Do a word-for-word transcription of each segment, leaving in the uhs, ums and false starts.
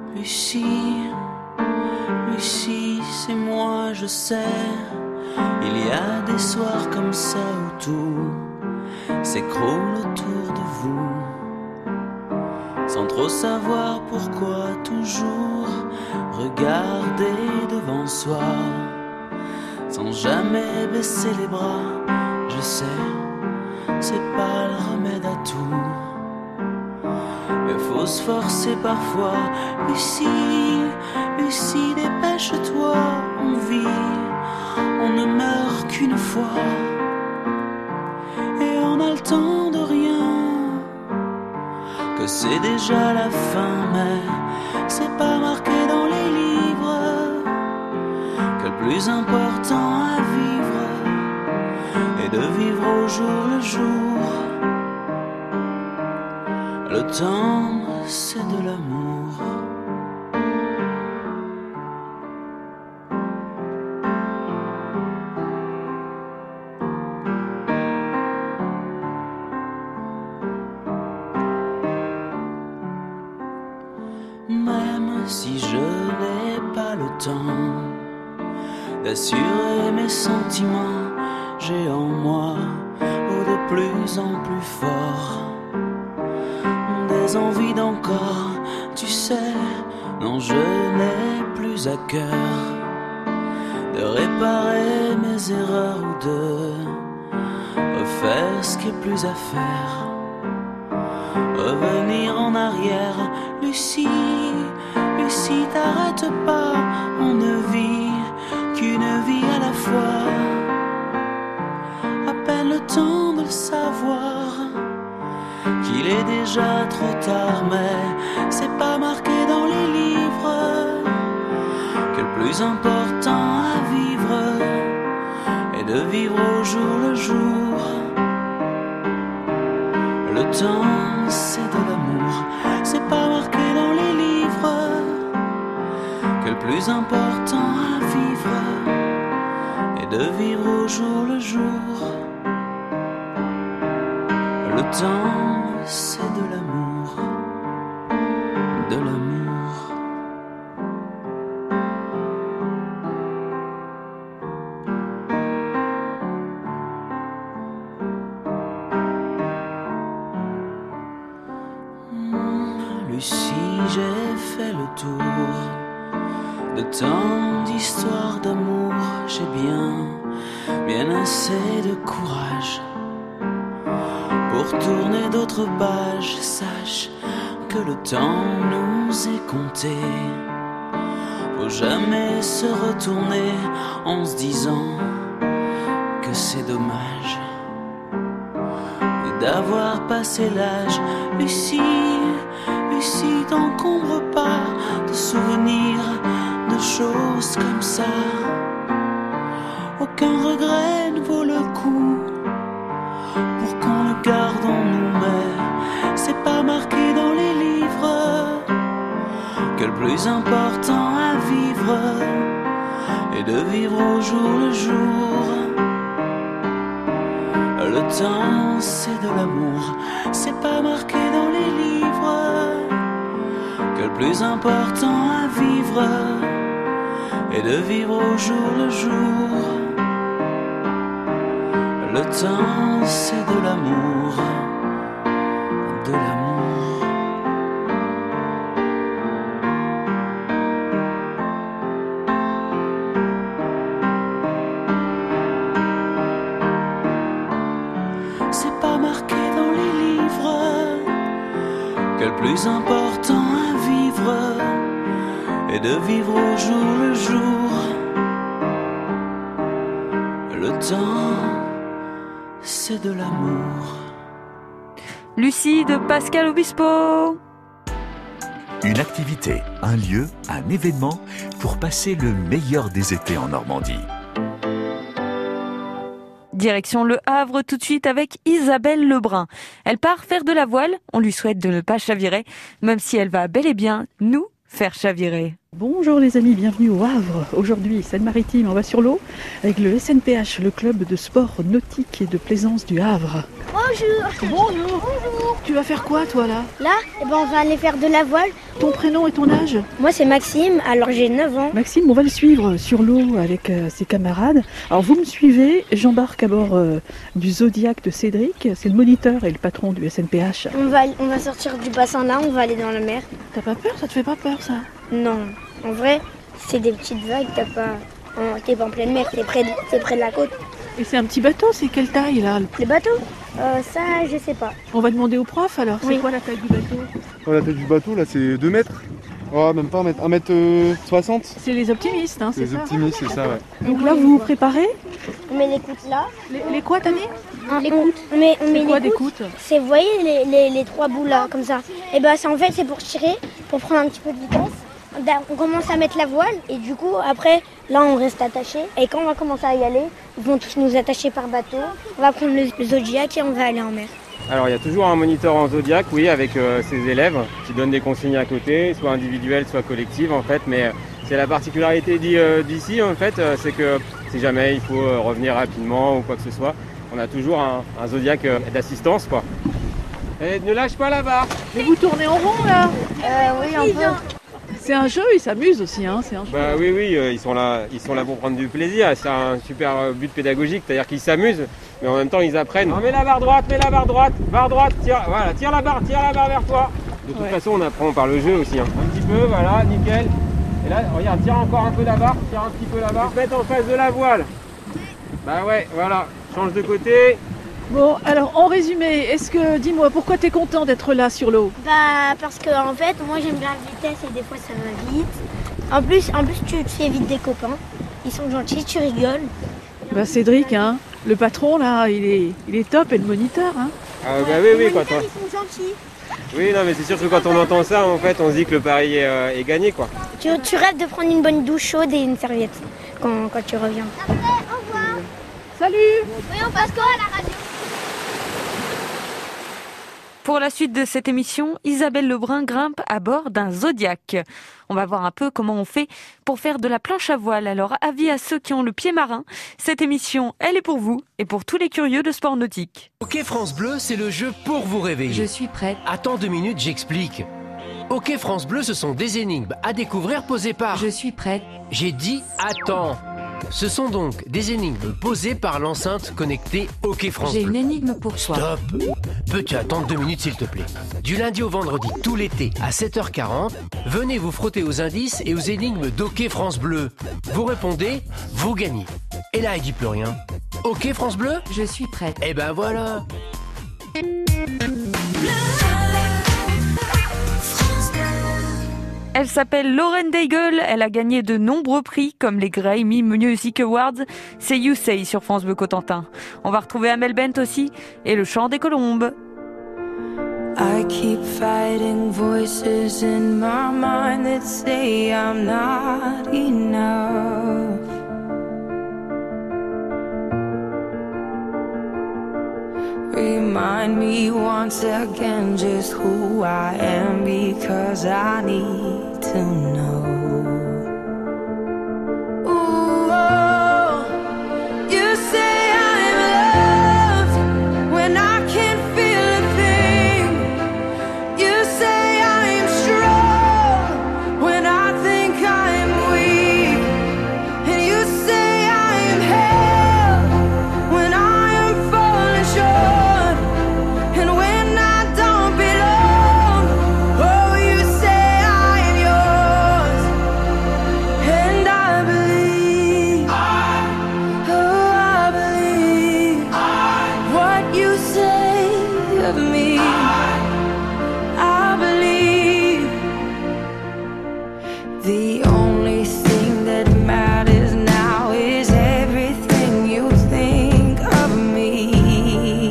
Lucie, Lucie, c'est moi, je sais. Il y a des soirs comme ça où tout s'écroule autour de vous, sans trop savoir pourquoi, toujours regarder devant soi, sans jamais baisser les bras. Je sais, c'est pas le remède à tout, mais faut se forcer parfois. Lucie, Lucie, dépêche-toi, on vit, on ne meurt qu'une fois, et on a le temps de rien, que c'est déjà la fin, mais c'est pas marqué dans les livres, que le plus important à vivre est de vivre au jour le jour. Le temps, c'est de l'amour. Même si je n'ai pas le temps d'assurer mes sentiments, j'ai en moi, ou de plus en plus fort, des envies d'encore, tu sais. Non, je n'ai plus à cœur de réparer mes erreurs ou de refaire ce qui est plus à faire, revenir en arrière. Lucie, Lucie, t'arrêtes pas, on ne vit qu'une vie à la fois, à peine le temps de le savoir, qu'il est déjà trop tard, mais c'est pas marqué dans les livres, que le plus important à vivre est de vivre au jour le jour. Le temps, c'est de l'amour, c'est pas marqué dans les livres, que le plus important à vivre est de vivre au jour le jour. Le temps, c'est de l'amour, de l'amour. Mmh, Lucie, j'ai fait le tour de tant d'histoires d'amour. J'ai bien, bien assez de courage pour tourner d'autres pages. Sache que le temps nous est compté, faut jamais se retourner en se disant que c'est dommage d'avoir passé l'âge. Lucie, Lucie, t'encombre pas de souvenirs, de choses comme ça. Aucun regret ne vaut le coup pour qu'on le garde en nous, mais c'est pas marqué dans les livres, que le plus important à vivre est de vivre au jour le jour. Le temps, c'est de l'amour, c'est pas marqué dans les livres, que le plus important à vivre est de vivre au jour le jour. Le temps, c'est de l'amour, de l'amour. C'est pas marqué dans les livres, que le plus important à vivre est de vivre au jour le jour. Le temps, c'est de l'amour. Lucie de Pascal Obispo. Une activité, un lieu, un événement pour passer le meilleur des étés en Normandie. Direction Le Havre tout de suite avec Isabelle Lebrun. Elle part faire de la voile, on lui souhaite de ne pas chavirer, même si elle va bel et bien nous faire chavirer. Bonjour les amis, bienvenue au Havre. Aujourd'hui, Seine-Maritime, on va sur l'eau avec le S N P H, le club de sport nautique et de plaisance du Havre. Oh, Bonjour. Bonjour. Bonjour. Tu vas faire quoi toi là? Là, eh ben, on va aller faire de la voile. Ton prénom et ton âge? Moi c'est Maxime, alors j'ai neuf ans. Maxime, on va le suivre sur l'eau avec euh, ses camarades. Alors vous me suivez, j'embarque à bord euh, du Zodiac de Cédric, c'est le moniteur et le patron du S N P H. On va, on va sortir du bassin là, on va aller dans la mer. T'as pas peur? Ça te fait pas peur ça? Non, en vrai, c'est des petites vagues, t'as pas... en- T'es pas en pleine mer, t'es près, de- t'es près de la côte. Et c'est un petit bateau, c'est quelle taille là? Les bateaux euh, Ça, je sais pas. On va demander au prof alors, c'est Oui. quoi la taille du bateau? Oh, la taille du bateau là c'est deux mètres. Oh, même pas un mètre, un mètre soixante. C'est les optimistes, hein, c'est Les ça? optimistes, c'est ça, ouais. Donc là vous vous préparez? On met les coudes là. Les, les quoi t'as dit? Les coudes. On met, on met C'est quoi les des coudes. coudes? C'est, vous voyez les, les, les trois bouts là, comme ça. Et ben c'est en fait c'est pour tirer, pour prendre un petit peu de vitesse. On commence à mettre la voile et du coup après là on reste attaché et quand on va commencer à y aller, ils vont tous nous attacher par bateau. On va prendre le, le Zodiac et on va aller en mer. Alors il y a toujours un moniteur en Zodiac, oui, avec euh, ses élèves qui donnent des consignes à côté, soit individuelles, soit collectives en fait, mais euh, c'est la particularité d'i- euh, d'ici en fait, euh, c'est que si jamais il faut euh, revenir rapidement ou quoi que ce soit, on a toujours un, un Zodiac euh, d'assistance quoi. Et ne lâche pas la barre. Et vous tournez en rond là? Euh, oui un peu. C'est un jeu, ils s'amusent aussi, hein, c'est un jeu. Bah oui oui, euh, ils sont là, ils sont là pour prendre du plaisir, c'est un super euh, but pédagogique, c'est-à-dire qu'ils s'amusent, mais en même temps ils apprennent. Non, mets la barre droite, mets la barre droite, barre droite, tire, voilà, tire la barre, tire la barre vers toi. De toute Ouais. façon on apprend par le jeu aussi, hein. Un petit peu, voilà, nickel. Et là, regarde, tire encore un peu la barre, tire un petit peu la barre. Mets en face de la voile. Bah ouais, voilà, change de côté. Bon, alors en résumé, est-ce que, dis-moi, pourquoi t'es content d'être là sur l'eau? Bah parce que en fait moi j'aime bien la vitesse et des fois ça va vite. En plus, en plus tu te fais vite des copains. Ils sont gentils, tu rigoles. Bah Cédric, hein, le patron là, il est, il est top et le moniteur, hein. Ah bah oui, oui, Les quand moniteurs, on... ils sont gentils. Oui, non, mais c'est sûr que quand on entend ça, en fait, on se dit que le pari est, euh, est gagné, quoi. Tu, tu rêves de prendre une bonne douche chaude et une serviette quand, quand tu reviens. Salut! Oui, on passe quoi à la radio? Pour la suite de cette émission, Isabelle Lebrun grimpe à bord d'un Zodiac. On va voir un peu comment on fait pour faire de la planche à voile. Alors, avis à ceux qui ont le pied marin, cette émission, elle est pour vous et pour tous les curieux de sport nautique. Ok France Bleu, c'est le jeu pour vous réveiller. Je suis prête. Attends deux minutes, j'explique. Ok France Bleu, ce sont des énigmes à découvrir posées par... Je suis prête. J'ai dit attends. Ce sont donc des énigmes posées par l'enceinte connectée Ok France J'ai Bleu. une énigme pour toi. Stop. Peux-tu attendre deux minutes s'il te plaît? Du lundi au vendredi, tout l'été, à sept heures quarante, venez vous frotter aux indices et aux énigmes d'Ok France Bleu. Vous répondez, vous gagnez. Et là, elle dit plus rien. Ok France Bleu? Je suis prête. Eh ben voilà. Elle s'appelle Lauren Daigle, elle a gagné de nombreux prix comme les Grammy Music Awards, c'est You Say sur France Bleu Cotentin. On va retrouver Amel Bent aussi et le chant des colombes. I keep fighting voices in my mind that say I'm not enough. Remind me once again just who I am, because I need to know. Ooh, oh, you say I'm loved when I can't feel a thing. You say I'm strong when I think I'm weak. And you say I'm held when I am falling short. And when I don't belong, oh, you say I am yours. And I believe, oh, I believe what you say of me. I believe the only thing that matters now is everything you think of me.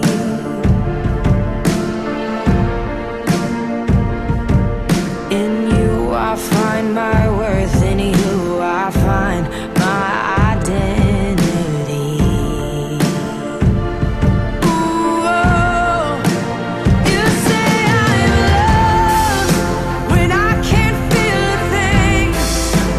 In you I find my worth, in you I find my identity. Ooh, oh, you say I'm loved when I can't feel a thing.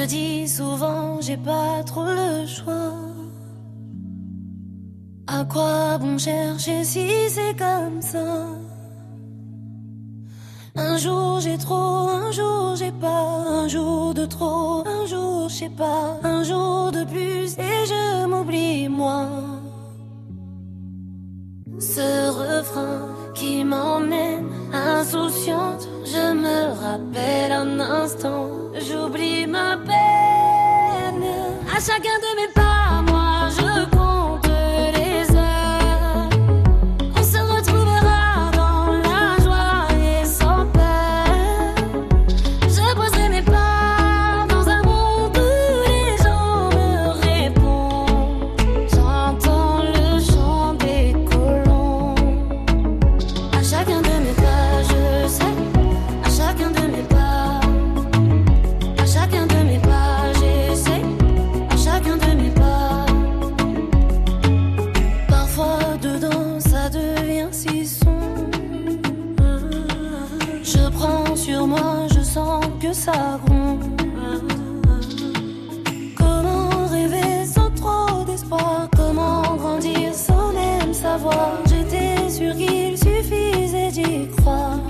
dis souvent, j'ai pas trop le choix. À quoi bon chercher si c'est comme ça? Un jour j'ai trop, un jour j'ai pas, un jour de trop, un jour je sais pas, un jour de plus et je m'oublie moi. Ce refrain qui m'emmène insouciante, je me rappelle un instant, j'oublie ma peine. À chacun de mes pas, moi je compte les heures. On se retrouvera dans la joie et sans peur. Je poserai mes pas dans un monde où les gens me répondent. J'entends le chant des colons. À chacun de mes pas, je sais. À chacun de mes pas, à chacun de mes pas, j'essaie. À chacun de mes pas. Parfois dedans ça devient si sombre. Je prends sur moi, je sens que ça gronde. Comment rêver sans trop d'espoir? Comment grandir sans même savoir? J'étais sûre qu'il suffisait d'y croire.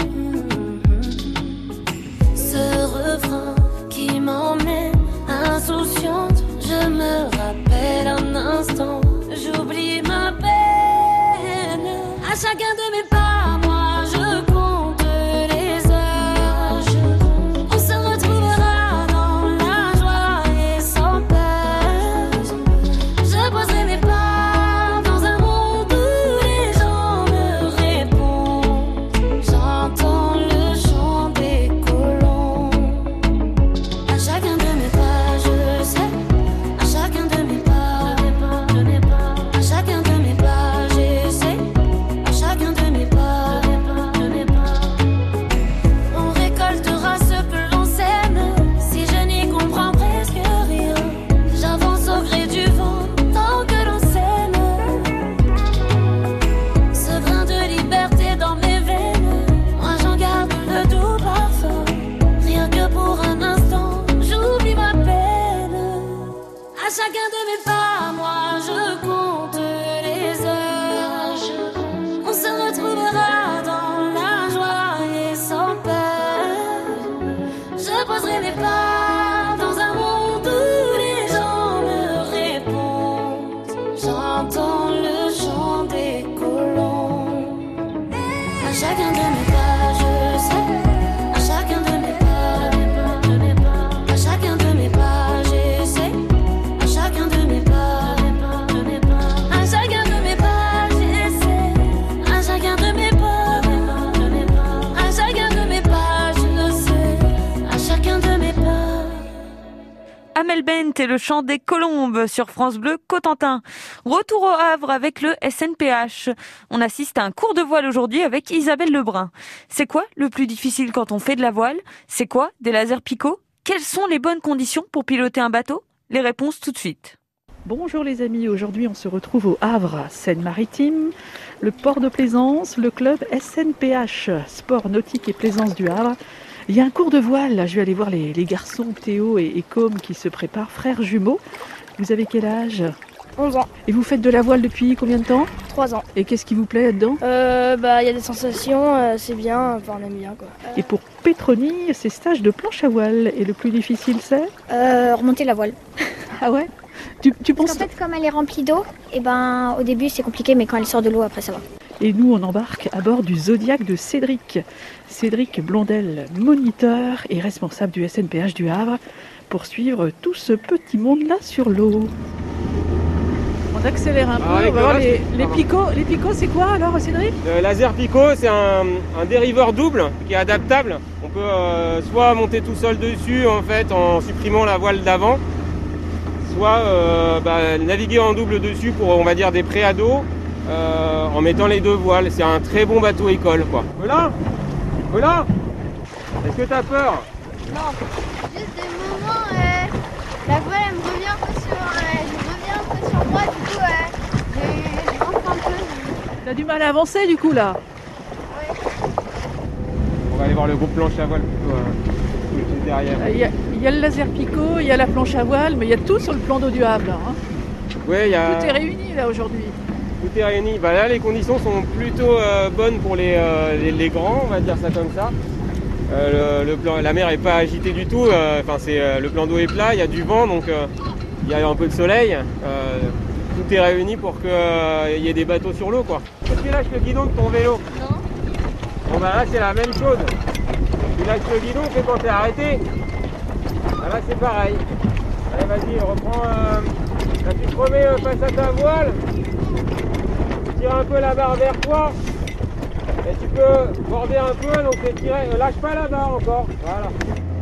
Ce refrain qui m'emmène insouciante, je me rappelle un instant, j'oublie ma peine. À chacun de mes pas, moi je compte les heures. On se retrouvera dans la joie et sans peur. Je poserai mes pas dans un monde où les gens me répondent. J'entends le chant des colons. À chacun de mes pas, je sais. À chacun de mes pas, je n'ai pas. À chacun de mes pas, j'essaie. À chacun de mes pas, je n'ai pas. On récoltera ce que l'on sème. Si je n'y comprends presque rien, j'avance au gré du vent tant que l'on s'aime. Ce grain de liberté dans mes veines, moi j'en garde le doux parfum. Rien que pour un instant, j'oublie ma peine. À chacun de mes pas, moi je compte les heures. On se retrouvera dans la joie et sans peur. Je poserai mes pas dans un monde où les gens me répondent. J'entends le chant des colons. À chacun de mes pas, je sais. À chacun de mes pas, je n'ai pas. À chacun de mes pas, j'essaie. À chacun de mes pas, je n'ai pas. À chacun de mes pas, j'essaie. À chacun de mes pas, je n'ai pas. À chacun de mes pas, je sais. À chacun de mes pas. Amel Bent et le chant des colombes sur France Bleu Cotentin. Retour au Havre avec le S N P H. On assiste à un cours de voile aujourd'hui avec Isabelle Lebrun. C'est quoi le plus difficile quand on fait de la voile? C'est quoi des lasers picots? Quelles sont les bonnes conditions pour piloter un bateau? Les réponses tout de suite. Bonjour les amis, aujourd'hui on se retrouve au Havre, Seine-Maritime, le port de plaisance, le club S N P H, sport nautique et plaisance du Havre. Il y a un cours de voile, là je vais aller voir les, les garçons Théo et, et Com qui se préparent, frères jumeaux. Vous avez quel âge? onze ans. Et vous faites de la voile depuis combien de temps? trois ans. Et qu'est-ce qui vous plaît là-dedans? Euh, bah, il y a des sensations, euh, c'est bien, enfin, on aime bien quoi. Et pour Pétroni, c'est stage de planche à voile. Et le plus difficile c'est? Euh, remonter la voile. Ah ouais? Tu, tu Parce penses... qu'en fait, comme elle est remplie d'eau, et ben, au début c'est compliqué, mais quand elle sort de l'eau, après ça va. Et nous, on embarque à bord du Zodiac de Cédric. Cédric Blondel, moniteur et responsable du S N P H du Havre, pour suivre tout ce petit monde-là sur l'eau. On accélère un peu, Ah, on va voir là, les, c'est- les pardon. picots. Les picots, c'est quoi alors, Cédric? Le laser Pico, c'est un, un dériveur double qui est adaptable. On peut euh, soit monter tout seul dessus en fait en supprimant la voile d'avant, soit euh, bah, naviguer en double dessus pour on va dire des préados euh, en mettant les deux voiles. C'est un très bon bateau école quoi. Voilà, voilà. Est-ce que t'as peur? Non, juste des moments, euh, la voile elle me revient un peu sur, euh, elle revient un peu sur moi, du coup, euh, je, je rentre un peu. T'as du mal à avancer du coup là? On va aller voir le groupe planche à voile plutôt. euh. juste derrière. Il y, a, il y a le laser picot, il y a la planche à voile, mais il y a tout sur le plan d'eau du Havre. Là, hein. Ouais, il y a... Tout est réuni là aujourd'hui. Tout est réuni. Bah, là, les conditions sont plutôt euh, bonnes pour les, euh, les, les grands, on va dire ça comme ça. Euh, le, le plan, la mer n'est pas agitée du tout. Enfin, euh, c'est euh, le plan d'eau est plat, il y a du vent, donc euh, il y a un peu de soleil. Euh, tout est réuni pour qu'il euh, y ait des bateaux sur l'eau, quoi. Est-ce que tu lâches le guidon de ton vélo? Non. Bon bah là c'est la même chose. Tu lâches le guidon, c'est quand t'es arrêté. Ah, là c'est pareil. Allez vas-y, reprends. Euh... Là tu te remets euh, face à ta voile. Tu tires un peu la barre vers toi. Et tu peux border un peu, donc c'est tiré. Lâche pas la barre encore. Voilà.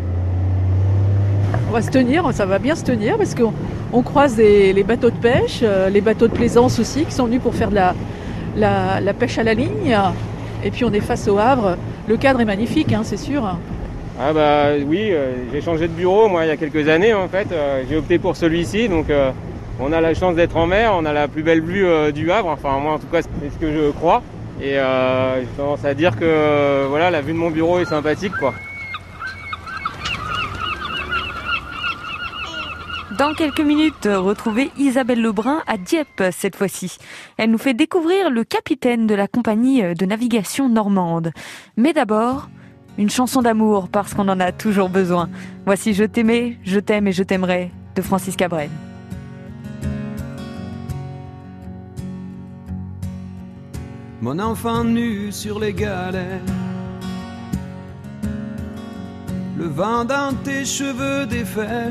On va se tenir, ça va bien se tenir parce qu'on on croise des, les bateaux de pêche, euh, les bateaux de plaisance aussi qui sont venus pour faire de la, la, la pêche à la ligne. Et puis on est face au Havre. Le cadre est magnifique, hein, c'est sûr. Ah bah oui, euh, j'ai changé de bureau moi il y a quelques années en fait. Euh, j'ai opté pour celui-ci, donc euh, on a la chance d'être en mer, on a la plus belle vue euh, du Havre. Enfin moi en tout cas c'est ce que je crois. Et euh, j'ai tendance à dire que euh, voilà, la vue de mon bureau est sympathique quoi. Dans quelques minutes, retrouvez Isabelle Lebrun à Dieppe cette fois-ci. Elle nous fait découvrir le capitaine de la compagnie de navigation normande. Mais d'abord, une chanson d'amour parce qu'on en a toujours besoin. Voici Je t'aimais, je t'aime et je t'aimerai de Francis Cabrel. Mon enfant nu sur les galets, le vent dans tes cheveux défaits,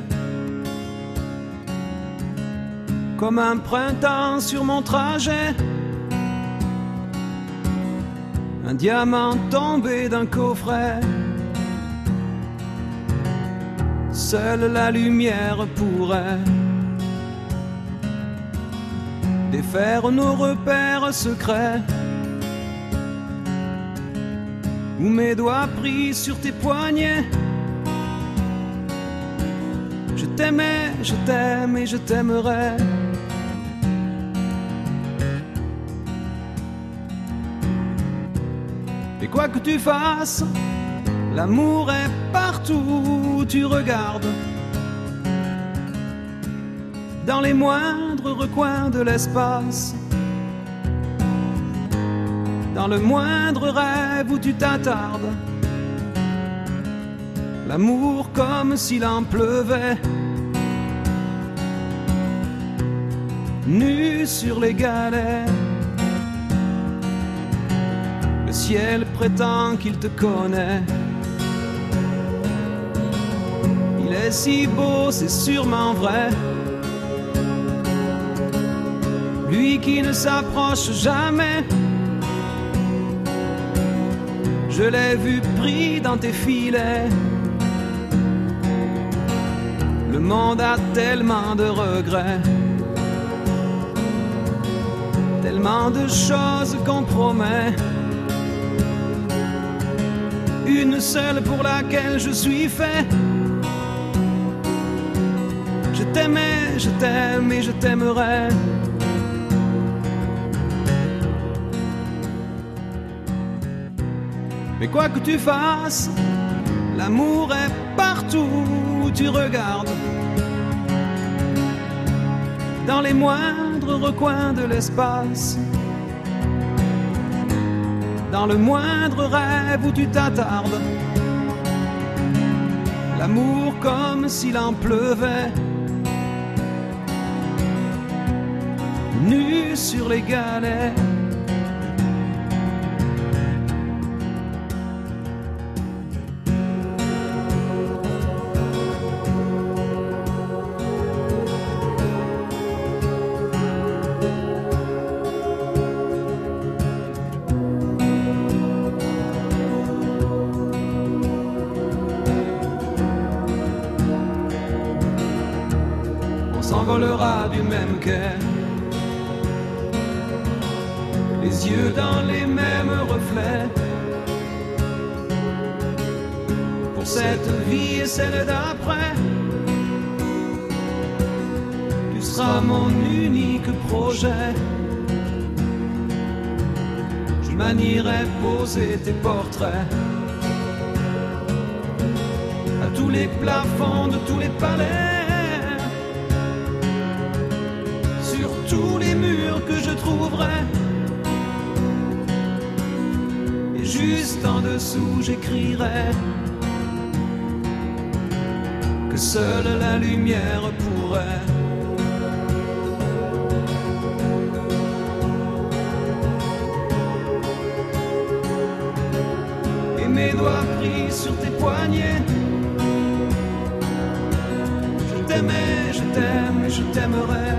comme un printemps sur mon trajet, un diamant tombé d'un coffret. Seule la lumière pourrait défaire nos repères secrets, où mes doigts pris sur tes poignets. Je t'aimais, je t'aime et je t'aimerai. Et quoi que tu fasses, l'amour est partout où tu regardes, dans les moindres recoins de l'espace, dans le moindre rêve où tu t'attardes. L'amour comme s'il en pleuvait, nu sur les galets. Le ciel prétend qu'il te connaît. Il est si beau, c'est sûrement vrai. Lui qui ne s'approche jamais. Je l'ai vu pris dans tes filets. Le monde a tellement de regrets, tellement de choses qu'on promet. Une seule pour laquelle je suis fait. Je t'aimais, je t'aime et je t'aimerai. Mais quoi que tu fasses, l'amour est partout où tu regardes, dans les moindres recoins de l'espace, dans le moindre rêve où tu t'attardes. L'amour comme s'il en pleuvait, nu sur les galets. S'envolera du même quai, les yeux dans les mêmes reflets. Pour cette vie et celle d'après, tu seras mon unique projet. Je manierai poser tes portraits, à les plafonds de tous les palais, sur tous les murs que je trouverai. Et juste en dessous j'écrirai que seule la lumière pourrait et mes doigts pris sur tes poignets. Je t'aimais, je t'aime et je t'aimerai.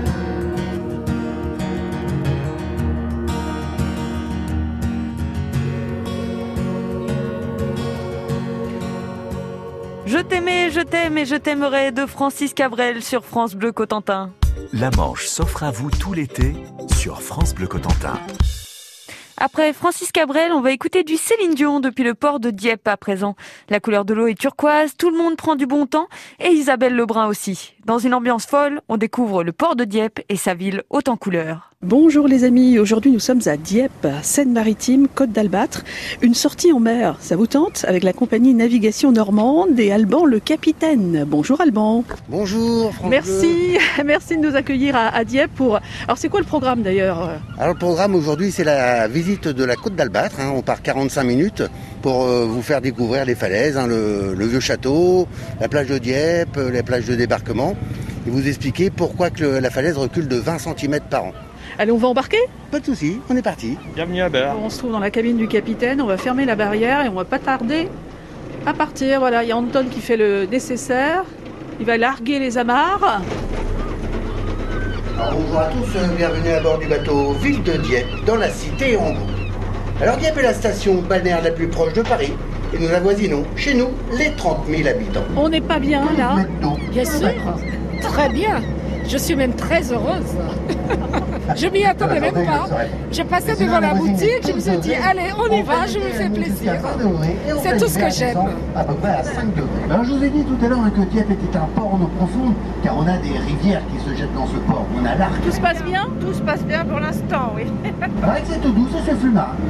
Je t'aimais, je t'aime et je t'aimerai de Francis Cabrel sur France Bleu Cotentin. La Manche s'offre à vous tout l'été sur France Bleu Cotentin. Après Francis Cabrel, on va écouter du Céline Dion depuis le port de Dieppe à présent. La couleur de l'eau est turquoise, tout le monde prend du bon temps et Isabelle Lebrun aussi. Dans une ambiance folle, on découvre le port de Dieppe et sa ville haute en couleurs. Bonjour les amis, aujourd'hui nous sommes à Dieppe, Seine-Maritime, Côte d'Albâtre. Une sortie en mer, ça vous tente? Avec la compagnie Navigation Normande et Alban le capitaine. Bonjour Alban. Bonjour France Merci, Bleu. Merci de nous accueillir à, à Dieppe pour... Alors c'est quoi le programme d'ailleurs? Alors le programme aujourd'hui c'est la visite de la Côte d'Albâtre, hein. On part quarante-cinq minutes pour euh, vous faire découvrir les falaises, hein, le, le vieux château, la plage de Dieppe, les plages de débarquement et vous expliquer pourquoi que le, la falaise recule de vingt centimètres par an. Allez, on va embarquer? Pas de souci, on est parti. Bienvenue à bord. On se trouve dans la cabine du capitaine, on va fermer la barrière et on va pas tarder à partir. Voilà, il y a Anton qui fait le nécessaire. Il va larguer les amarres. Alors, bonjour à tous, bienvenue à bord du bateau Ville de Dieppe, dans la cité Hambourg. Alors Dieppe est la station balnéaire la plus proche de Paris et nous avoisinons, chez nous, les trente mille habitants. On n'est pas bien là? Bien sûr, très bien. Je suis même très heureuse. Je m'y attendais même pas. Je passais devant la boutique, je me suis dit, allez, on y va, je me fais plaisir. C'est tout ce que j'aime. À peu près à cinq degrés. Alors je vous ai dit tout à l'heure que Dieppe était un port en eau profonde, car on a des rivières qui se jettent dans ce port. On a l'Arc. Tout se passe bien? Tout se passe bien pour l'instant, oui. Avec cette eau douce, c'est flux marin.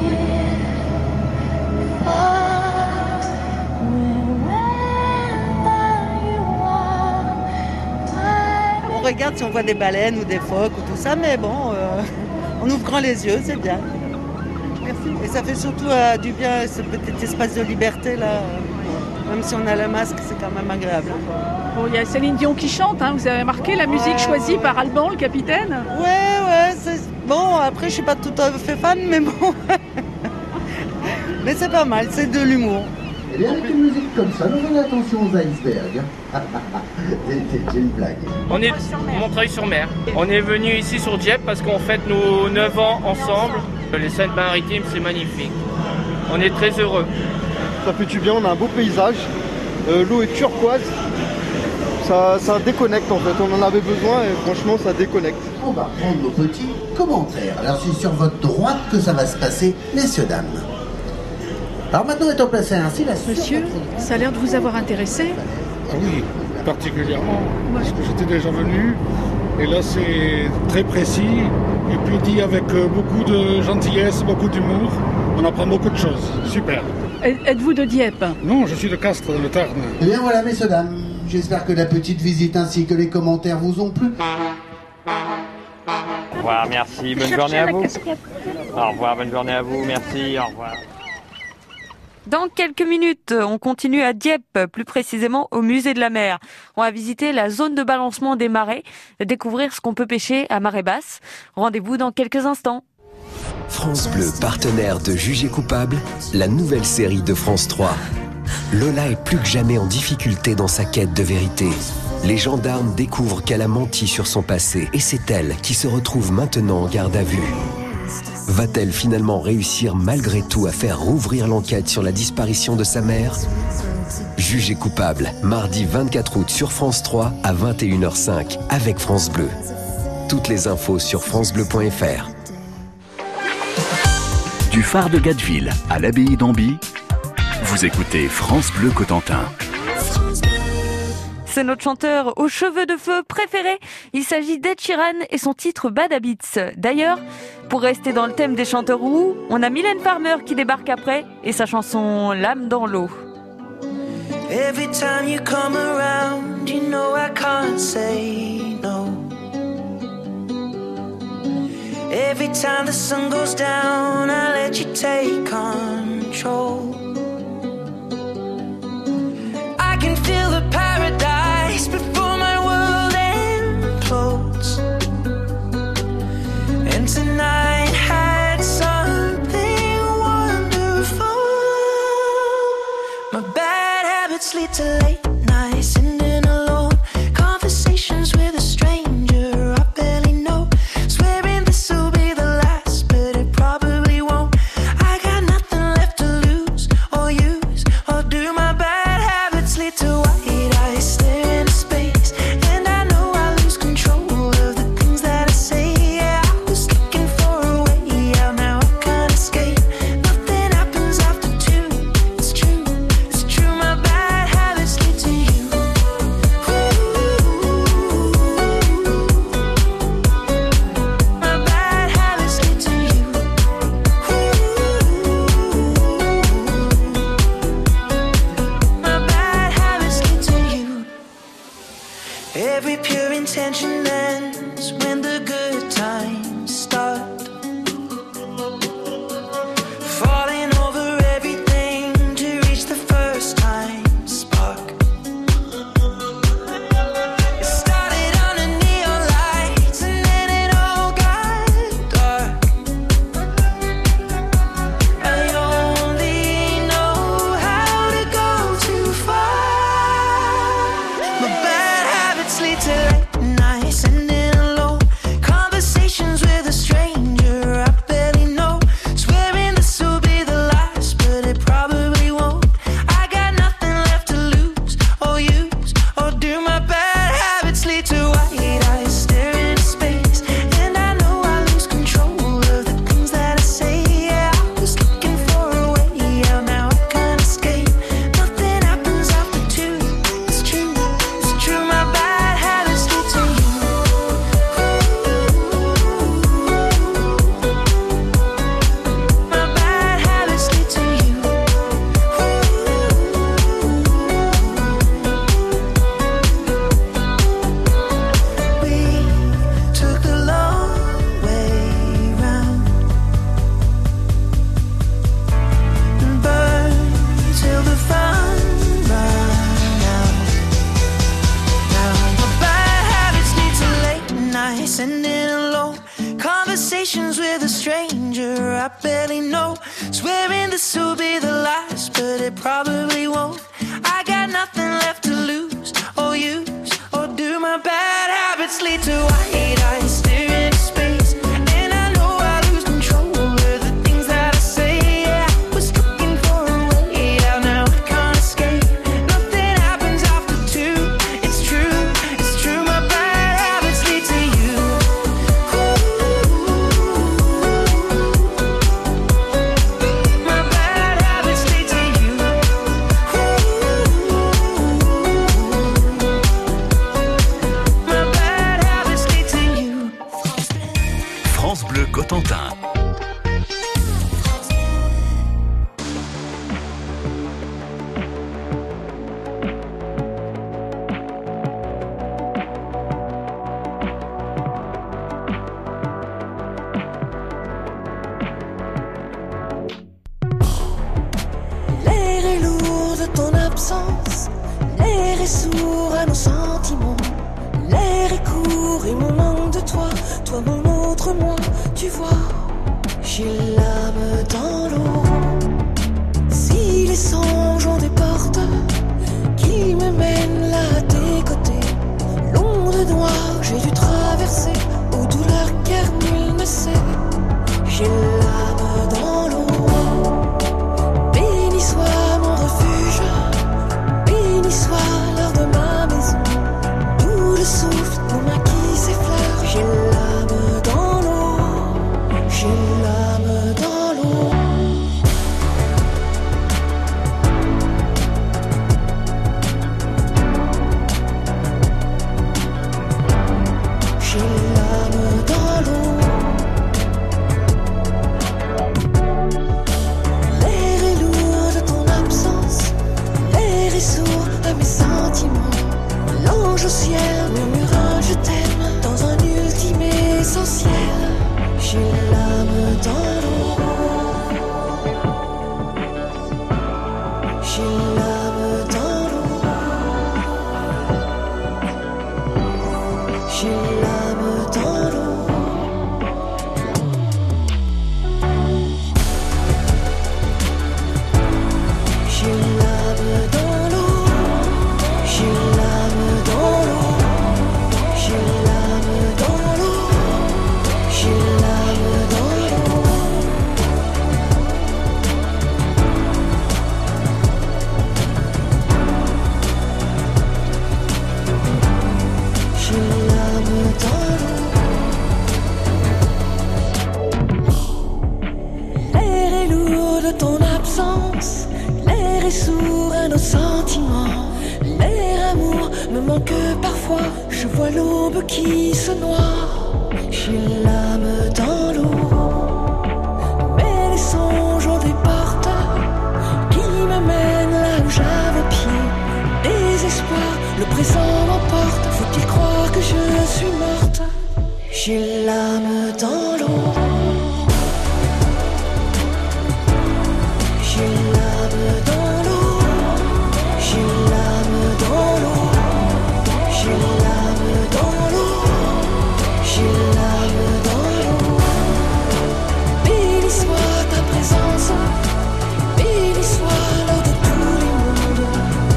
On regarde si on voit des baleines ou des phoques ou tout ça, mais bon, euh, en ouvrant les yeux, c'est bien. Merci. Et ça fait surtout euh, du bien, ce petit espace de liberté là. Même si on a le masque, c'est quand même agréable. Bon, il y a Céline Dion qui chante, hein, vous avez remarqué la musique ouais, choisie ouais. par Alban, le capitaine? Ouais, ouais, c'est... Bon, après je suis pas tout à fait fan, mais bon. Mais c'est pas mal, c'est de l'humour. Et bien avec une musique comme ça, nous faisons attention aux icebergs. C'est une blague. On est Montreuil-sur-Mer. On est venu ici sur Dieppe parce qu'on fête nos neuf ans ensemble. Les Seines-Maritimes, c'est magnifique. On est très heureux. Ça fait du bien, on a un beau paysage. Euh, l'eau est turquoise. Ça, ça déconnecte en fait, on en avait besoin et franchement ça déconnecte. On va prendre nos petits commentaires. Alors c'est sur votre droite que ça va se passer, messieurs, dames. Alors maintenant étant placé ainsi, la Monsieur, ça a l'air de vous avoir intéressé? Ah oui, particulièrement, parce que j'étais déjà venu, et là c'est très précis, et puis dit avec beaucoup de gentillesse, beaucoup d'humour, on apprend beaucoup de choses, super. Êtes-vous de Dieppe? Non, je suis de Castres, dans le Tarn. Eh bien voilà, messieurs, dames, j'espère que la petite visite ainsi que les commentaires vous ont plu. Au revoir, merci, bonne journée à vous. Au revoir, bonne journée à vous, merci, au revoir. Dans quelques minutes, on continue à Dieppe, plus précisément au musée de la mer. On va visiter la zone de balancement des marées, découvrir ce qu'on peut pêcher à marée basse. Rendez-vous dans quelques instants. France Bleu, partenaire de Jugé coupable, la nouvelle série de France trois. Lola est plus que jamais en difficulté dans sa quête de vérité. Les gendarmes découvrent qu'elle a menti sur son passé et c'est elle qui se retrouve maintenant en garde à vue. Va-t-elle finalement réussir malgré tout à faire rouvrir l'enquête sur la disparition de sa mère? Jugé coupable, mardi vingt-quatre août sur France trois à vingt et une heures cinq avec France Bleu. Toutes les infos sur francebleu point f r. Du phare de Gatteville à l'abbaye d'Amby, vous écoutez France Bleu Cotentin. C'est notre chanteur aux cheveux de feu préféré. Il s'agit d'Ed Sheeran et son titre Bad Habits. D'ailleurs, pour rester dans le thème des chanteurs roux, on a Mylène Farmer qui débarque après et sa chanson L'âme dans l'eau. Every time you come around, you know I can't say no. Every time the sun goes down, I let you take control. I can feel the paradise before my world implodes. And tonight had something wonderful. My bad habits lead to late nights, sitting alone, conversations with a stranger I barely know, swearing this will be the last, but it probably won't. I got nothing left to lose or use or do. My bad habits lead to white eyes stare into space, and I know I lose control of the things that I say. Yeah, I was looking for a way out, now I can't escape. Nothing happens after two. It's true, it's true. My bad habits lead to you. My bad habits lead to you. My bad habits lead to you. Every pure intention ends when the good times start. Falling over everything to reach the first time spark. It started under neon lights and then it all got dark. I only know how to go too far. My bad habits lead to late nights, sitting alone, conversations with a stranger I barely know, swearing this will be the last, but it probably won't. I got nothing left to lose or use or do. My bad habits lead to white eyes staring into space, and I know I lose control of the things that I say. Yeah, I was looking for a way out, now I can't escape. Nothing happens after two. It's true, it's true. My bad habits lead to you. My bad habits lead to you. We took the long way round and burned till the fun ran out. Now my bad habits lead to late nights, sitting alone, conversations with a stranger I barely know, swearing this will be the last, but it probably won't. I got nothing left to lose or use or do. My bad habits lead to white eyes staring into space, and I know I lose control of the things that I say. Yeah, I was looking for a way out, now I can't escape. Nothing happens after two. It's true, it's true. My bad habits lead to you. My bad habits lead to you. My bad habits lead to you. France Bleu Cotentin. L'air est lourd de ton absence, l'air est sourd à nos sentiments, l'air est court et mon manque de toi, toi mon autre moi, tu vois, j'ai l'âme dans l'eau. Si les songes ont des portes qui me mènent là à tes côtés, l'onde noire j'ai dû traverser, aux douleurs car nul ne sait, j'ai l'âme dans l'eau. Béni soit mon refuge, béni soit l'heure de ma maison, d'où le souffle de main qui s'effleure. J'ai l'âme dans l'eau, j'ai l'âme dans l'eau. J'ai l'âme dans l'eau. L'air est lourd de ton absence, l'air est sourd à mes sentiments. L'ange au ciel murmura je t'aime dans un ultime essentiel. J'ai l'âme dans l'eau. J'ai l'âme dans l'eau. J'ai l'âme dans l'eau. J'ai l'âme dans l'eau. J'ai l'âme dans l'eau. J'ai l'âme dans l'eau. J'ai l'âme dans l'eau. J'ai l'âme dans l'eau. L'air est lourd de ton absence. L'air est sourd à nos sentiments. L'air amour me manque parfois. Je vois l'aube qui se noie. J'ai l'âme dans l'eau. Mais les songes ont des portes qui me mènent là où j'avais pied. Désespoir, le présent m'emporte. Faut-il croire que je suis morte? J'ai l'âme dans l'eau. J'ai l'âme dans l'eau. J'ai l'âme dans l'eau. J'ai l'âme dans l'eau. J'ai l'âme dans l'eau. Béni soit ta présence. Béni soit l'eau de tous les mondes.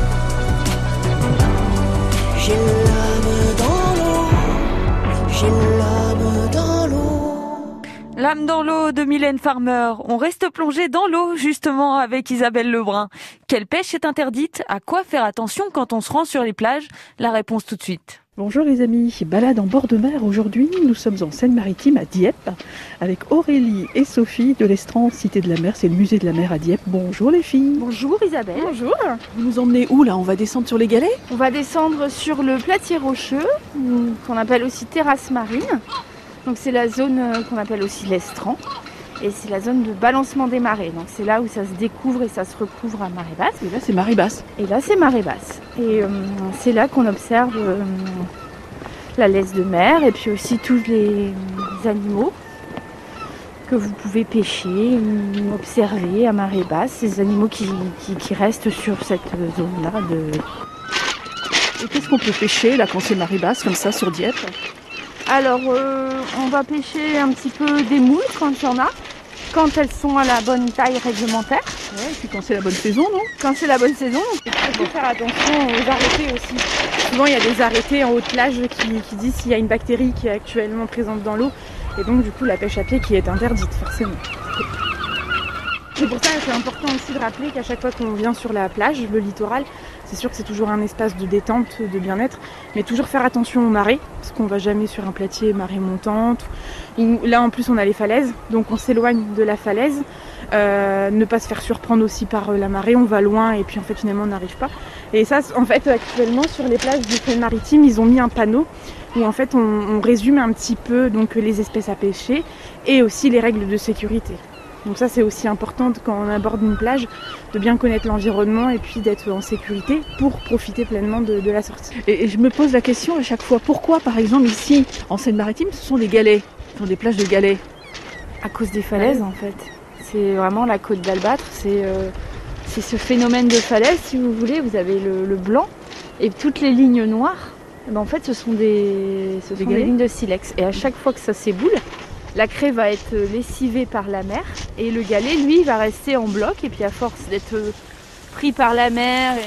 J'ai l'âme dans l'eau. J'ai l'âme dans l'eau. L'âme dans l'eau de Mylène Farmer. On reste plongé dans l'eau, justement, avec Isabelle Lebrun. Quelle pêche est interdite? À quoi faire attention quand on se rend sur les plages? La réponse tout de suite. Bonjour les amis, balade en bord de mer. Aujourd'hui, nous sommes en Seine-Maritime à Dieppe avec Aurélie et Sophie de l'Estran, Cité de la Mer. C'est le musée de la mer à Dieppe. Bonjour les filles. Bonjour Isabelle. Bonjour. Vous nous emmenez où là? On va descendre sur les galets? On va descendre sur le Platier Rocheux, qu'on appelle aussi terrasse marine. Donc c'est la zone qu'on appelle aussi l'Estran. Et c'est la zone de balancement des marées. Donc c'est là où ça se découvre et ça se recouvre à marée basse. Et là c'est marée basse. Et là c'est marée basse. Et euh, c'est là qu'on observe euh, la laisse de mer et puis aussi tous les, les animaux que vous pouvez pêcher, observer à marée basse. Ces animaux qui, qui, qui restent sur cette zone-là. De... Et qu'est-ce qu'on peut pêcher là quand c'est marée basse comme ça sur Dieppe? Alors, euh, on va pêcher un petit peu des moules quand il y en a, quand elles sont à la bonne taille réglementaire. Ouais, et puis quand c'est la bonne saison, non? Quand c'est la bonne saison, il faut faire attention aux arrêtés aussi. Souvent, il y a des arrêtés en haute plage qui, qui disent s'il y a une bactérie qui est actuellement présente dans l'eau. Et donc, du coup, la pêche à pied qui est interdite, forcément. C'est pour ça que c'est important aussi de rappeler qu'à chaque fois qu'on vient sur la plage, le littoral, c'est sûr que c'est toujours un espace de détente, de bien-être, mais toujours faire attention aux marées, parce qu'on va jamais sur un platier marée montante, ou là en plus on a les falaises, donc on s'éloigne de la falaise, euh, ne pas se faire surprendre aussi par la marée, on va loin et puis en fait finalement on n'arrive pas. Et ça en fait actuellement sur les plages du Seine-Maritime, ils ont mis un panneau où en fait on, on résume un petit peu donc les espèces à pêcher et aussi les règles de sécurité. Donc ça c'est aussi important quand on aborde une plage, de bien connaître l'environnement et puis d'être en sécurité pour profiter pleinement de, de la sortie. Et, et je me pose la question à chaque fois, pourquoi par exemple ici en Seine-Maritime ce sont des galets, ce sont des plages de galets? À cause des falaises en fait. C'est vraiment la côte d'Albâtre, c'est, euh, c'est ce phénomène de falaise si vous voulez, vous avez le, le blanc et toutes les lignes noires, ben, en fait ce sont des, ce sont des, des lignes de silex et à chaque fois que ça s'éboule, la craie va être lessivée par la mer et le galet, lui, va rester en bloc. Et puis à force d'être pris par la mer,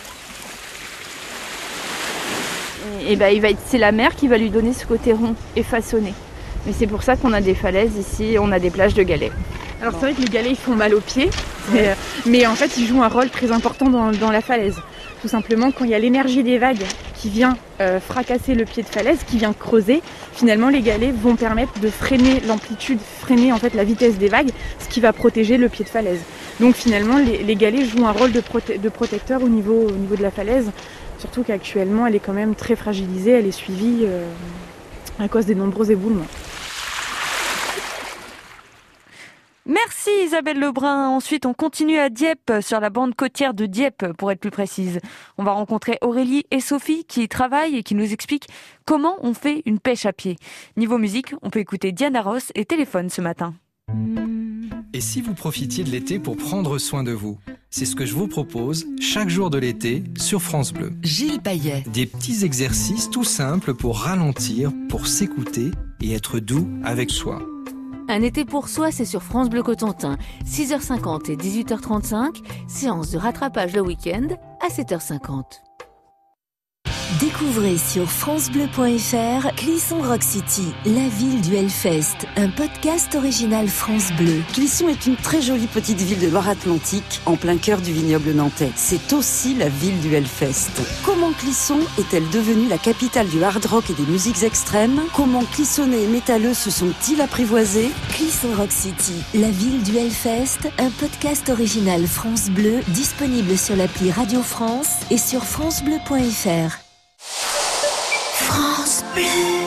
et, et, et ben, il va être, c'est la mer qui va lui donner ce côté rond et façonné. Mais c'est pour ça qu'on a des falaises ici, on a des plages de galets. Alors c'est vrai que les galets ils font mal aux pieds, mais, mais en fait ils jouent un rôle très important dans, dans la falaise. Tout simplement quand il y a l'énergie des vagues qui vient euh, fracasser le pied de falaise, qui vient creuser, finalement les galets vont permettre de freiner l'amplitude, freiner en fait la vitesse des vagues, ce qui va protéger le pied de falaise. Donc finalement les, les galets jouent un rôle de, prote- de protecteur au niveau, au niveau de la falaise, surtout qu'actuellement elle est quand même très fragilisée, elle est suivie euh, à cause des nombreux éboulements. Merci Isabelle Lebrun. Ensuite, on continue à Dieppe, sur la bande côtière de Dieppe, pour être plus précise. On va rencontrer Aurélie et Sophie qui y travaillent et qui nous expliquent comment on fait une pêche à pied. Niveau musique, on peut écouter Diana Ross et Téléphone ce matin. Et si vous profitiez de l'été pour prendre soin de vous ? C'est ce que je vous propose chaque jour de l'été sur France Bleu. Gilles Payet. Des petits exercices tout simples pour ralentir, pour s'écouter et être doux avec soi. Un été pour soi, c'est sur France Bleu Cotentin. six heures cinquante et dix-huit heures trente-cinq. Séance de rattrapage le week-end à sept heures cinquante. Découvrez sur francebleu point fr Clisson Rock City, la ville du Hellfest, un podcast original France Bleu. Clisson est une très jolie petite ville de Loire-Atlantique, en plein cœur du vignoble nantais. C'est aussi la ville du Hellfest. Comment Clisson est-elle devenue la capitale du hard rock et des musiques extrêmes ? Comment Clissonnais et métalleux se sont-ils apprivoisés ? Clisson Rock City, la ville du Hellfest, un podcast original France Bleu, disponible sur l'appli Radio France et sur francebleu point fr. France Bleu.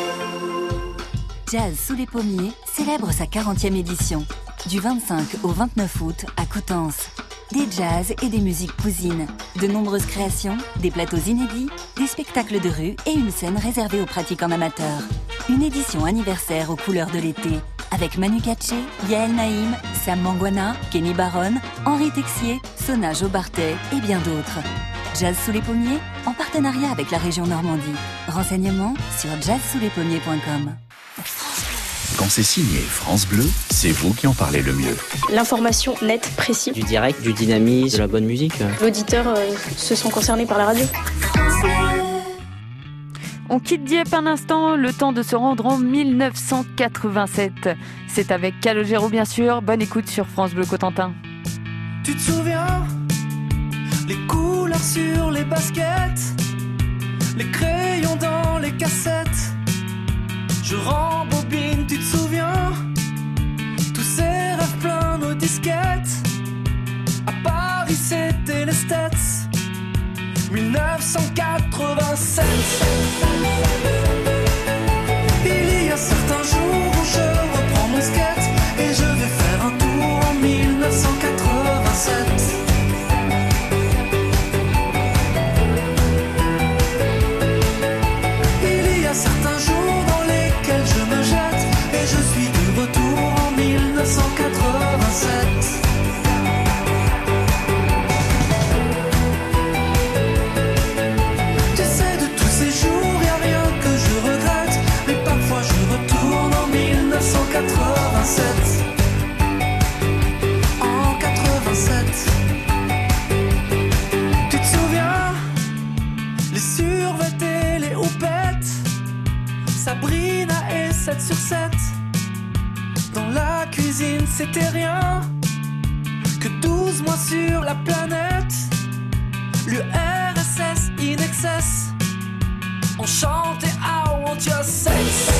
Jazz sous les pommiers célèbre sa quarantième édition. Du vingt-cinq au vingt-neuf août à Coutances. Des jazz et des musiques cousines. De nombreuses créations, des plateaux inédits, des spectacles de rue et une scène réservée aux pratiquants amateurs. Une édition anniversaire aux couleurs de l'été. Avec Manu Katché, Yael Naïm, Sam Mangwana, Kenny Baron, Henri Texier, Sona Jobartet et bien d'autres. Jazz sous les pommiers, en partenariat avec la région Normandie. Renseignements sur jazz sous les pommiers point com. Quand c'est signé France Bleu, c'est vous qui en parlez le mieux. L'information nette, précise. Du direct, du dynamisme, de la bonne musique. L'auditeur euh, se sent concerné par la radio. On quitte Dieppe un instant, le temps de se rendre en mille neuf cent quatre-vingt-sept. C'est avec Calogero bien sûr. Bonne écoute sur France Bleu Cotentin. Tu te souviens ? Les couleurs sur les baskets, les crayons dans les cassettes. Je rembobine, tu te souviens? Tous ces rêves pleins nos disquettes. À Paris c'était les States, mille neuf cent quatre-vingt-sept. Il y a certains jours où je reprends mon skate et je vais faire un tour en mille neuf cent quatre-vingt-sept. Certains jours dans lesquels je me jette et je suis de retour en mille neuf cent quatre-vingt-sept. Tu sais, de tous ces jours, y a rien que je regrette, mais parfois je retourne en mille neuf cent quatre-vingt-sept. En quatre-vingt-sept. Tu te souviens? Les survêtés et les houpettes, Sabrina et sept sur sept. Dans la cuisine c'était rien que douze mois sur la planète. L'U R S S in excess, on chantait I want your sex.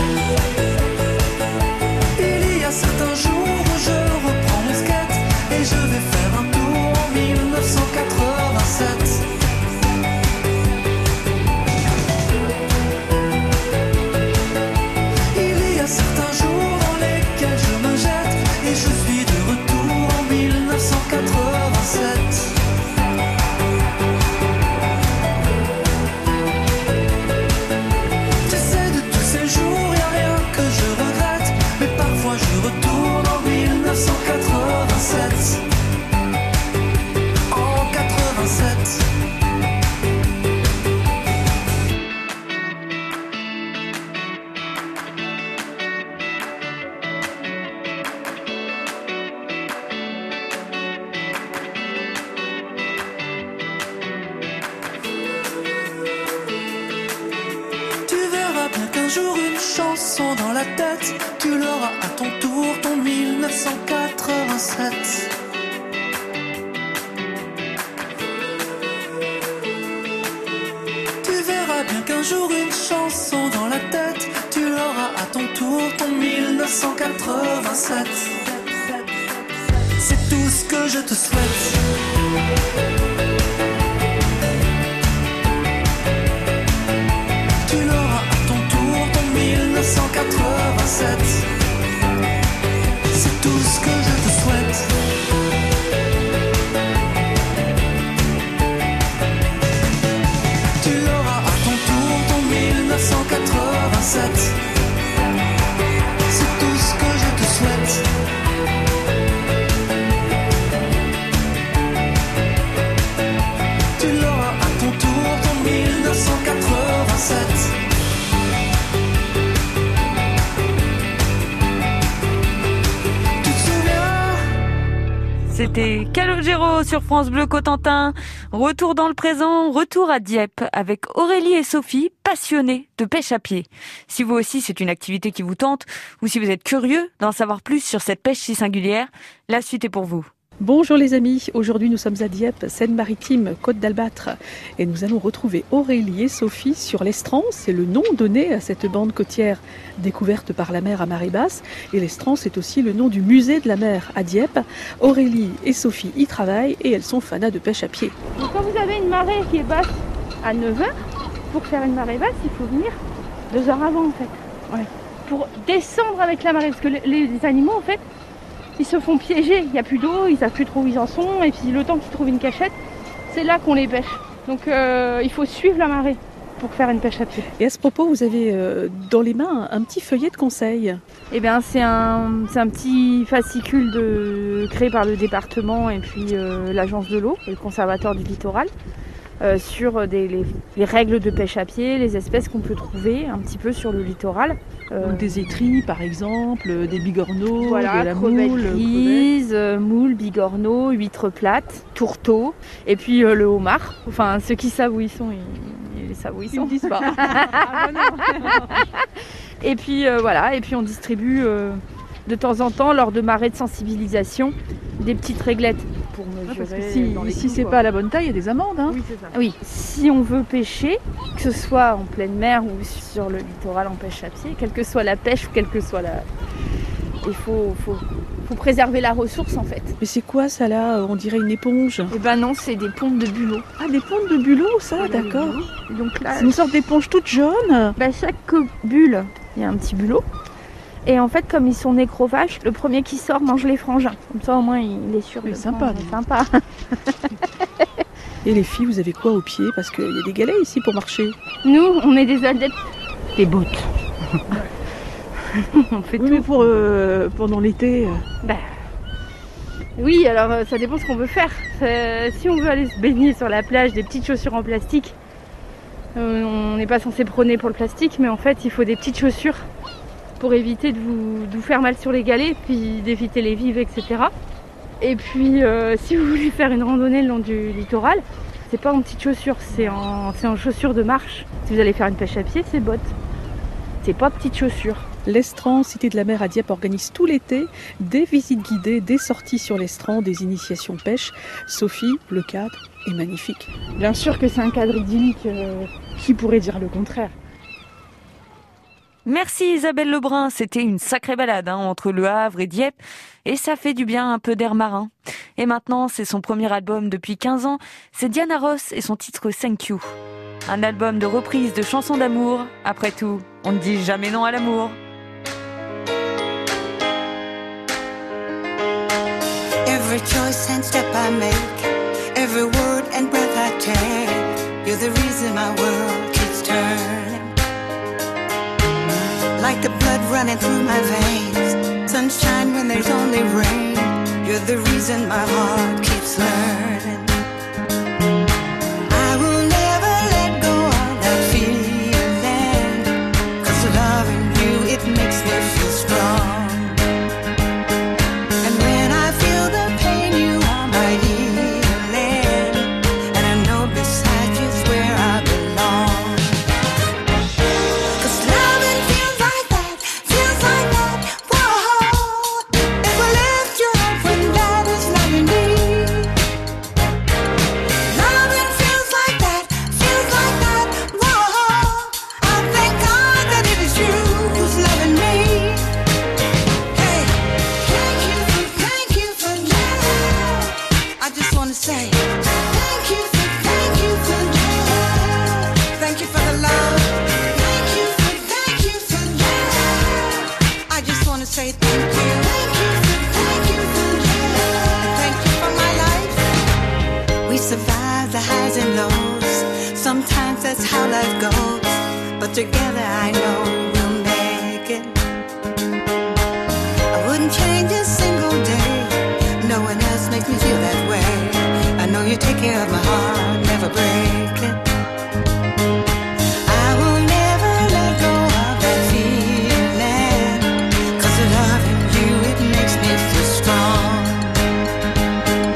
Il y a certains jours où je reprends mon skate et je vais faire un tour en mille neuf cent quatre-vingt-sept. Certains jours dans lesquels je me jette et je suis de retour en mille neuf cent quatre-vingt-sept. Tu sais, de tous ces jours, y a rien que je regrette, mais parfois je retourne en mille neuf cent quatre-vingt-sept. En quatre-vingt-sept. Chanson dans la tête, tu l'auras à ton tour, ton mille neuf cent quatre-vingt-sept. Tu verras bien qu'un jour une chanson dans la tête, tu l'auras à ton tour, ton mille neuf cent quatre-vingt-sept. C'est tout ce que je te souhaite. mille neuf cent quatre-vingt-sept. C'est tout ce que je C'était Calogero sur France Bleu Cotentin. Retour dans le présent, retour à Dieppe avec Aurélie et Sophie, passionnées de pêche à pied. Si vous aussi c'est une activité qui vous tente, ou si vous êtes curieux d'en savoir plus sur cette pêche si singulière, la suite est pour vous. Bonjour les amis, aujourd'hui nous sommes à Dieppe, Seine-Maritime, Côte d'Albâtre, et nous allons retrouver Aurélie et Sophie sur l'Estrance. C'est le nom donné à cette bande côtière découverte par la mer à marée basse, et l'Estrance est aussi le nom du musée de la mer à Dieppe. Aurélie et Sophie y travaillent et elles sont fanas de pêche à pied. Donc quand vous avez une marée qui est basse à neuf heures, pour faire une marée basse, il faut venir deux heures avant en fait. Ouais. Pour descendre avec la marée, parce que les, les animaux en fait, ils se font piéger, il n'y a plus d'eau, ils ne savent plus trop où ils en sont, et puis le temps qu'ils trouvent une cachette, c'est là qu'on les pêche. Donc euh, il faut suivre la marée pour faire une pêche à pied. Et à ce propos, vous avez euh, dans les mains un petit feuillet de conseils. Eh bien c'est un, c'est un petit fascicule de, créé par le département et puis euh, l'agence de l'eau et le conservatoire du littoral. Euh, sur des, les, les règles de pêche à pied, les espèces qu'on peut trouver un petit peu sur le littoral. Euh, des étris par exemple, des bigorneaux, voilà, de la crevettes moule, grises, euh, moules, bigorneaux, huîtres plates, tourteaux, et puis euh, le homard. Enfin, ceux qui savent où ils sont, ils, ils savent où ils sont. Ils ne disent pas. Ah, non. Et puis euh, voilà, et puis on distribue euh, de temps en temps, lors de marées de sensibilisation, des petites réglettes. Pour mesurer ah, parce que si, dans les si coups, c'est quoi. pas à la bonne taille, il y a des amendes. Hein. Oui, c'est ça. Oui, si on veut pêcher, que ce soit en pleine mer ou sur le littoral en pêche à pied, quelle que soit la pêche ou quelle que soit la... Il faut, faut, faut préserver la ressource en fait. Mais c'est quoi ça là? On dirait une éponge. Eh ben non, c'est des pompes de bulot. Ah, des pompes de bulot, ça, voilà, d'accord. Donc là, c'est une sorte d'éponge toute jaune. Bah, chaque bulle, il y a un petit bulot. Et en fait, comme ils sont nécrophages, le premier qui sort mange les frangins. Comme ça, au moins, il est sûr. C'est sympa. C'est sympa. Et les filles, vous avez quoi au pied? Parce qu'il y a des galets ici pour marcher. Nous, on est des adeptes des bottes. On fait oui, tout mais pour euh, pendant l'été. Bah, oui, alors euh, ça dépend ce qu'on veut faire. Euh, si on veut aller se baigner sur la plage, des petites chaussures en plastique, euh, on n'est pas censé prôner pour le plastique, mais en fait, il faut des petites chaussures pour éviter de vous, de vous faire mal sur les galets, puis d'éviter les vives, et cetera. Et puis, euh, si vous voulez faire une randonnée le long du littoral, c'est pas en petites chaussures, c'est en, c'est en chaussures de marche. Si vous allez faire une pêche à pied, c'est bottes. C'est pas petites chaussures. L'Estrance, Cité de la Mer à Dieppe, organise tout l'été des visites guidées, des sorties sur l'Estran, des initiations pêche. Sophie, le cadre est magnifique. Bien sûr que c'est un cadre idyllique. Euh, qui pourrait dire le contraire? Merci Isabelle Lebrun, c'était une sacrée balade hein, entre Le Havre et Dieppe et ça fait du bien un peu d'air marin. Et maintenant, c'est son premier album depuis quinze ans, c'est Diana Ross et son titre Thank You. Un album de reprise de chansons d'amour, après tout, on ne dit jamais non à l'amour. Every choice and step I make, every word and breath I take, you're the reason my world keeps turning. Like the blood running through my veins, sunshine when there's only rain, you're the reason my heart keeps learning. I will never let go of that feeling, 'cause loving you, it makes me feel strong. And when I feel the pain, you are my healing, and I know beside you's where I belong. Together I know we'll make it. I wouldn't change a single day. No one else makes me feel that way. I know you take care of my heart, never break it. I will never let go of that feeling, 'cause loving you, it makes me feel strong.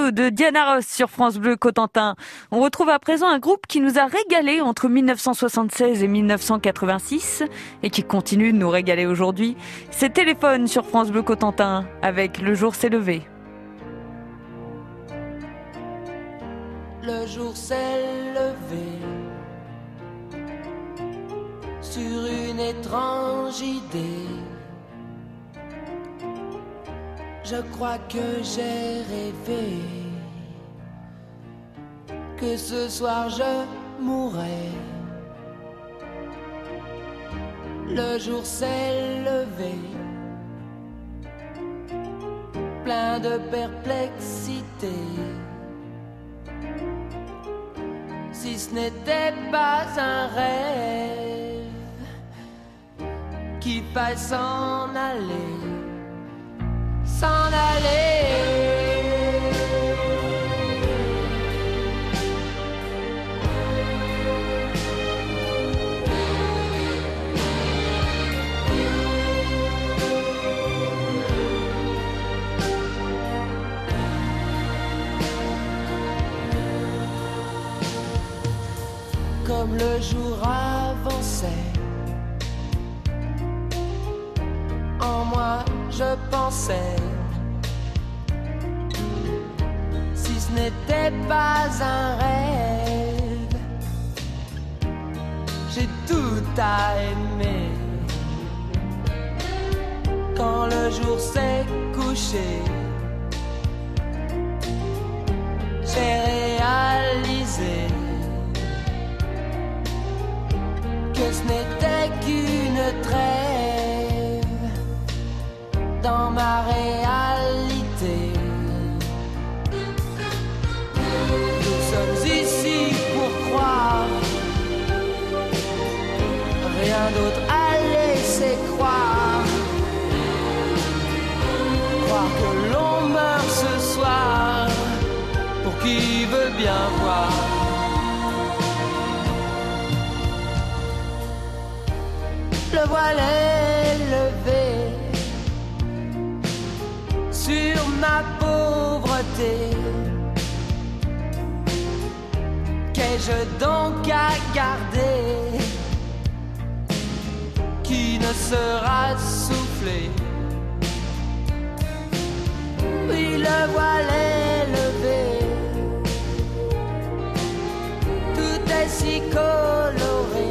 You de Diana Ross sur France Bleu Cotentin. On retrouve à présent un groupe qui nous a régalé entre mille neuf cent soixante-seize et mille neuf cent quatre-vingt-six et qui continue de nous régaler aujourd'hui. C'est Téléphone sur France Bleu Cotentin avec Le jour s'est levé. Le jour s'est levé sur une étrange idée. Je crois que j'ai rêvé que ce soir je mourrais. Le jour s'est levé, plein de perplexité. Si ce n'était pas un rêve, qu'il faille s'en aller, s'en aller. Comme le jour avançait, en moi je pensais, si ce n'était pas un rêve, j'ai tout à aimer. Quand le jour s'est couché, j'ai réalisé que ce n'était qu'une trêve dans ma réalité. Nous sommes ici pour croire, rien d'autre à laisser croire. Croire que l'on meurt ce soir, pour qui veut bien voir. Le voile est levé sur ma pauvreté. Qu'ai-je donc à garder qui ne sera soufflé? Oui, le voile est levé, tout est si coloré.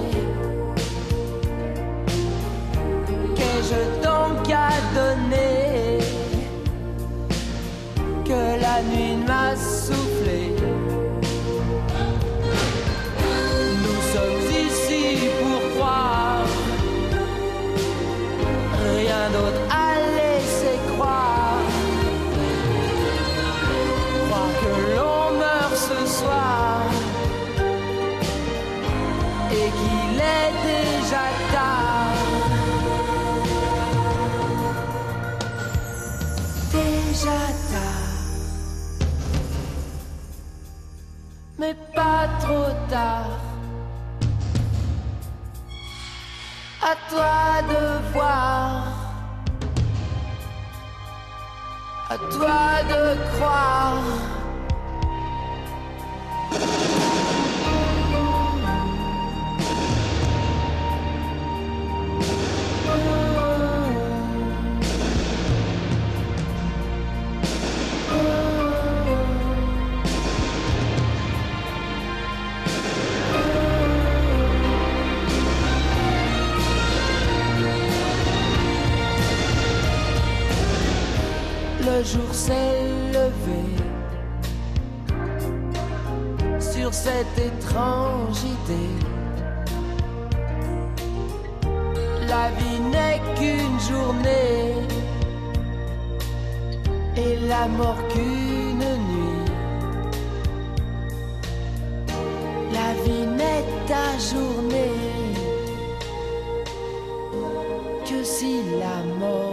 Qu'ai-je donc à donner que la nuit m'a soufflé? Nous sommes ici pour croire, rien d'autre à laisser croire. Croire que l'on meurt ce soir et qu'il est déjà tard. Déjà tard, mais pas trop tard. À toi de voir, à toi de croire. Le jour s'est levé sur cette étrange idée. La vie n'est qu'une journée et la mort qu'une nuit. La vie n'est ta journée que si la mort